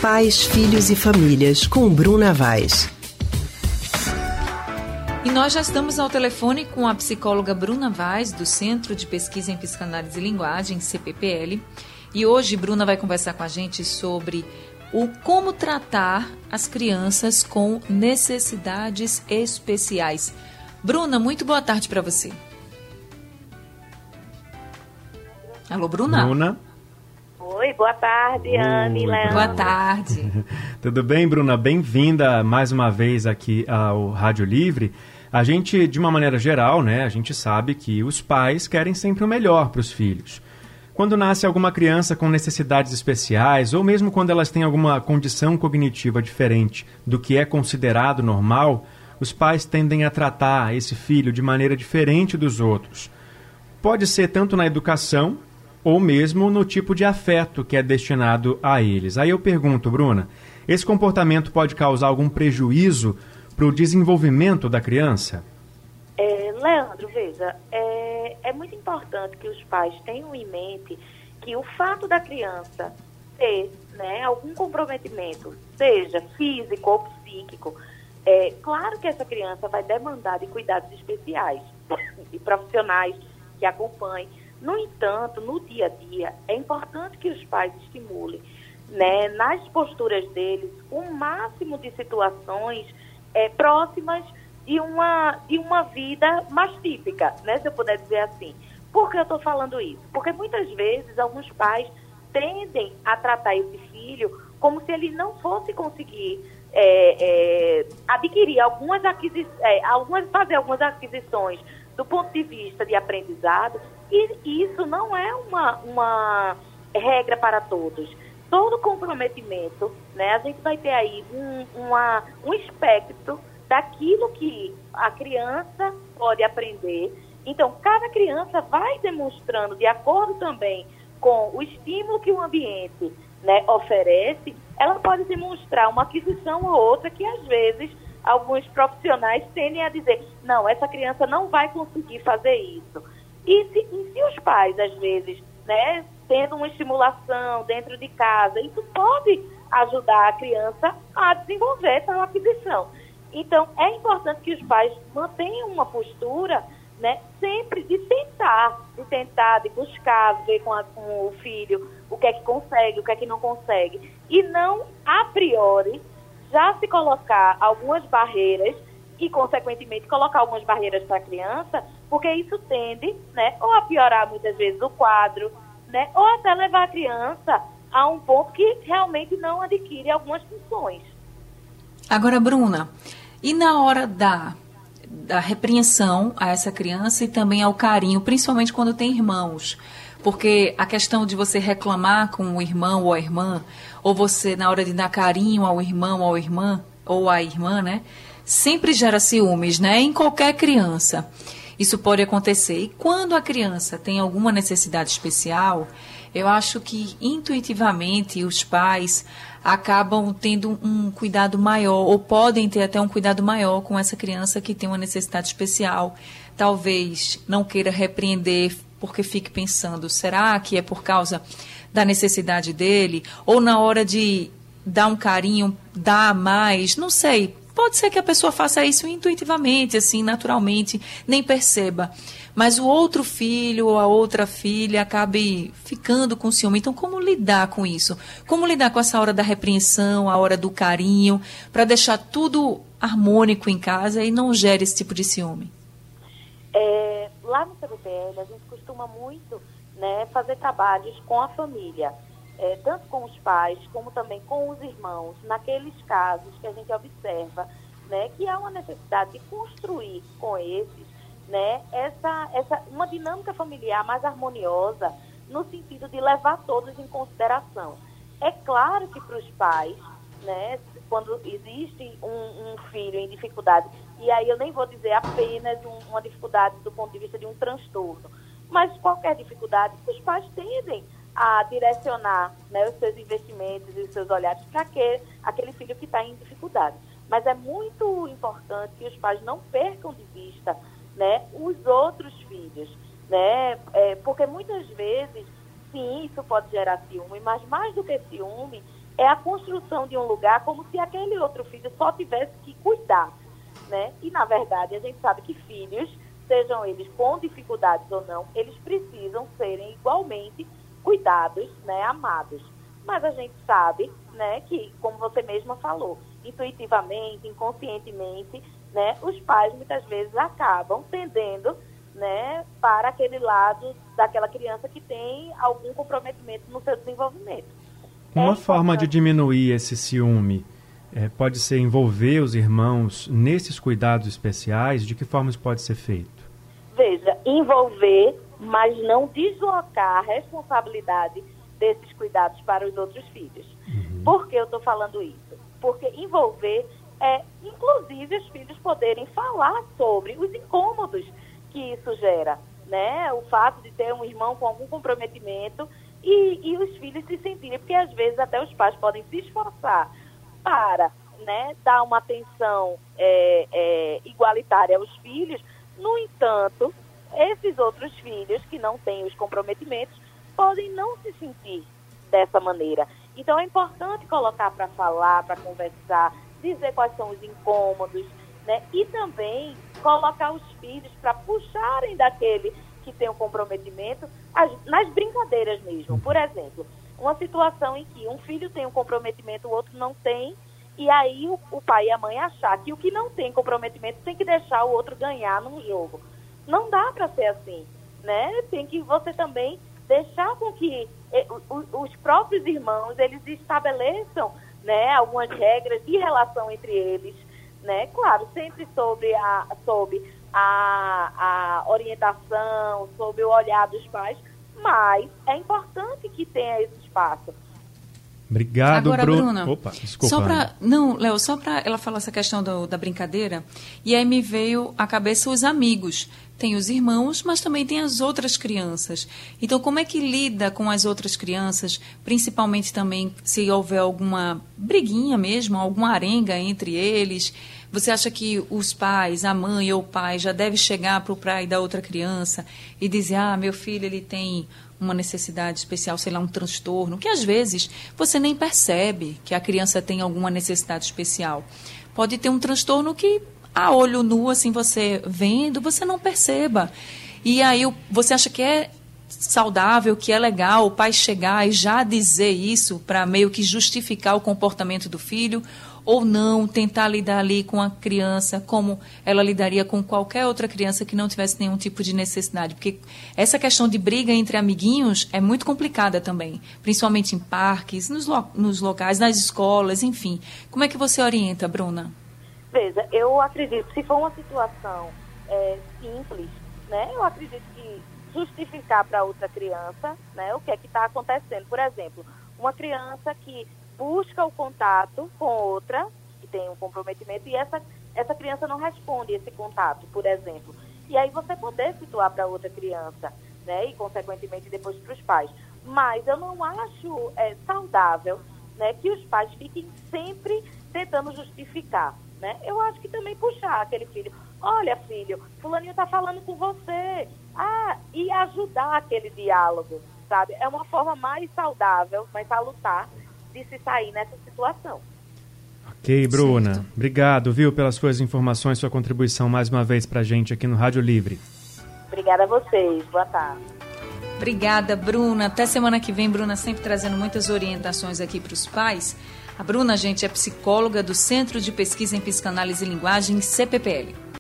Pais, Filhos e Famílias, com Bruna Vaz. E nós já estamos ao telefone com a psicóloga Bruna Vaz, do Centro de Pesquisa em Psicanálise e Linguagem, CPPL. E hoje Bruna vai conversar com a gente sobre como tratar as crianças com necessidades especiais. Bruna, muito boa tarde para você. Alô, Bruna? Bruna? Oi, boa tarde, Anne e Leandro. Boa tarde. Tudo bem, Bruna? Bem-vinda mais uma vez aqui ao Rádio Livre. A gente, de uma maneira geral, né, a gente sabe que os pais querem sempre o melhor para os filhos. Quando nasce alguma criança com necessidades especiais, ou mesmo quando elas têm alguma condição cognitiva diferente do que é considerado normal, os pais tendem a tratar esse filho de maneira diferente dos outros. Pode ser tanto na educação, ou mesmo no tipo de afeto que é destinado a eles. Aí eu pergunto, Bruna, esse comportamento pode causar algum prejuízo para o desenvolvimento da criança? Leandro, veja, é muito importante que os pais tenham em mente que o fato da criança ter, né, algum comprometimento, seja físico ou psíquico, claro que essa criança vai demandar de cuidados especiais e profissionais que acompanhem. No entanto, no dia a dia, é importante que os pais estimulem, né, nas posturas deles, o máximo de situações próximas de uma vida mais típica, né, se eu puder dizer assim. Por que eu estou falando isso? Porque muitas vezes alguns pais tendem a tratar esse filho como se ele não fosse conseguir adquirir fazer algumas aquisições do ponto de vista de aprendizado, e isso não é uma regra para todos. Todo comprometimento, né, a gente vai ter aí um espectro daquilo que a criança pode aprender. Então, cada criança vai demonstrando, de acordo também com o estímulo que o ambiente, né, oferece, ela pode demonstrar uma aquisição ou outra que, às vezes, alguns profissionais tendem a dizer, não, essa criança não vai conseguir fazer isso. E se os pais, às vezes, né, tendo uma estimulação dentro de casa, isso pode ajudar a criança a desenvolver essa aquisição. Então, é importante que os pais mantenham uma postura, né, sempre de tentar, de buscar, ver com o filho o que é que consegue, o que é que não consegue. E não, a priori, já se colocar algumas barreiras e, consequentemente, colocar algumas barreiras para a criança, porque isso tende, né, ou a piorar muitas vezes o quadro, né, ou até levar a criança a um ponto que realmente não adquire algumas funções. Agora, Bruna, e na hora da repreensão a essa criança e também ao carinho, principalmente quando tem irmãos? Porque a questão de você reclamar com o irmão ou a irmã, ou você, na hora de dar carinho ao irmão ou à irmã, né, sempre gera ciúmes, né, em qualquer criança. Isso pode acontecer. E quando a criança tem alguma necessidade especial, eu acho que intuitivamente os pais acabam tendo um cuidado maior, ou podem ter até um cuidado maior com essa criança que tem uma necessidade especial. Talvez não queira repreender porque fique pensando, será que é por causa da necessidade dele? Ou na hora de dar um carinho, dar mais? Não sei. Pode ser que a pessoa faça isso intuitivamente, assim, naturalmente, nem perceba. Mas o outro filho ou a outra filha acabe ficando com ciúme. Então, como lidar com isso? Como lidar com essa hora da repreensão, a hora do carinho, para deixar tudo harmônico em casa e não gere esse tipo de ciúme? Lá no CPPL, a gente costuma muito, né, fazer trabalhos com a família, tanto com os pais, como também com os irmãos, naqueles casos que a gente observa, né, que há uma necessidade de construir com esses, né, uma dinâmica familiar mais harmoniosa, no sentido de levar todos em consideração. É claro que para os pais, né, quando existe um filho em dificuldade, e aí eu nem vou dizer apenas uma dificuldade do ponto de vista de um transtorno, mas qualquer dificuldade, os pais tendem a direcionar, né, os seus investimentos e os seus olhares para aquele filho que está em dificuldade. Mas é muito importante que os pais não percam de vista, né, os outros filhos, né, porque muitas vezes, sim, isso pode gerar ciúme, mas mais do que ciúme, é a construção de um lugar como se aquele outro filho só tivesse que cuidar, né? E, na verdade, a gente sabe que filhos, sejam eles com dificuldades ou não, eles precisam serem igualmente cuidados, né, amados. Mas a gente sabe, né, que, como você mesma falou, intuitivamente, inconscientemente, né, os pais muitas vezes acabam tendendo, né, para aquele lado daquela criança que tem algum comprometimento no seu desenvolvimento. Uma forma de diminuir esse ciúme pode ser envolver os irmãos nesses cuidados especiais? De que forma isso pode ser feito? Veja, envolver, mas não deslocar a responsabilidade desses cuidados para os outros filhos. Por que eu estou falando isso? Porque envolver é, inclusive, os filhos poderem falar sobre os incômodos que isso gera, né? O fato de ter um irmão com algum comprometimento e os filhos se sentirem, porque às vezes até os pais podem se esforçar para, né, dar uma atenção igualitária aos filhos. No entanto, esses outros filhos que não têm os comprometimentos podem não se sentir dessa maneira. Então é importante colocar para falar, para conversar, dizer quais são os incômodos, né? E também colocar os filhos para puxarem daquele que tem um comprometimento nas brincadeiras mesmo. Por exemplo, uma situação em que um filho tem um comprometimento, o outro não tem, e aí o pai e a mãe achar que o que não tem comprometimento tem que deixar o outro ganhar num jogo. Não dá para ser assim, né? Tem que você também deixar com que os próprios irmãos, eles estabeleçam, né, algumas regras de relação entre eles, né? Claro, sempre sob a orientação, sob o olhar dos pais, mas é importante que tenha esse espaço. Obrigado, agora, Bruna. Opa, desculpa. Léo, só para ela falar essa questão da brincadeira, e aí me veio à cabeça os amigos. Tem os irmãos, mas também tem as outras crianças. Então, como é que lida com as outras crianças, principalmente também se houver alguma briguinha mesmo, alguma arenga entre eles? Você acha que os pais, a mãe ou o pai, já deve chegar para o pai da outra criança e dizer, meu filho, ele tem uma necessidade especial, sei lá, um transtorno, que às vezes você nem percebe que a criança tem alguma necessidade especial. Pode ter um transtorno que, a olho nu, assim, você vendo, você não perceba. E aí você acha que é saudável, que é legal o pai chegar e já dizer isso para meio que justificar o comportamento do filho, ou não, tentar lidar ali com a criança como ela lidaria com qualquer outra criança que não tivesse nenhum tipo de necessidade. Porque essa questão de briga entre amiguinhos é muito complicada também, principalmente em parques, nos locais, nas escolas, enfim. Como é que você orienta, Bruna? Veja, eu acredito, se for uma situação simples, né, eu acredito que justificar para outra criança, né, o que é que está acontecendo. Por exemplo, uma criança que busca o contato com outra, que tem um comprometimento, e essa criança não responde esse contato, por exemplo. E aí você poder situar para outra criança, né, e consequentemente depois para os pais. Mas eu não acho saudável, né, que os pais fiquem sempre tentando justificar, né? Eu acho que também puxar aquele filho, olha filho, fulaninho está falando com você, e ajudar aquele diálogo, sabe? É uma forma mais saudável, mais salutar de se sair nessa situação. Ok, Bruna. Certo. Obrigado, viu, pelas suas informações, sua contribuição mais uma vez para a gente aqui no Rádio Livre. Obrigada a vocês. Boa tarde. Obrigada, Bruna. Até semana que vem, Bruna, sempre trazendo muitas orientações aqui para os pais. A Bruna, gente, é psicóloga do Centro de Pesquisa em Psicanálise e Linguagem, CPPL.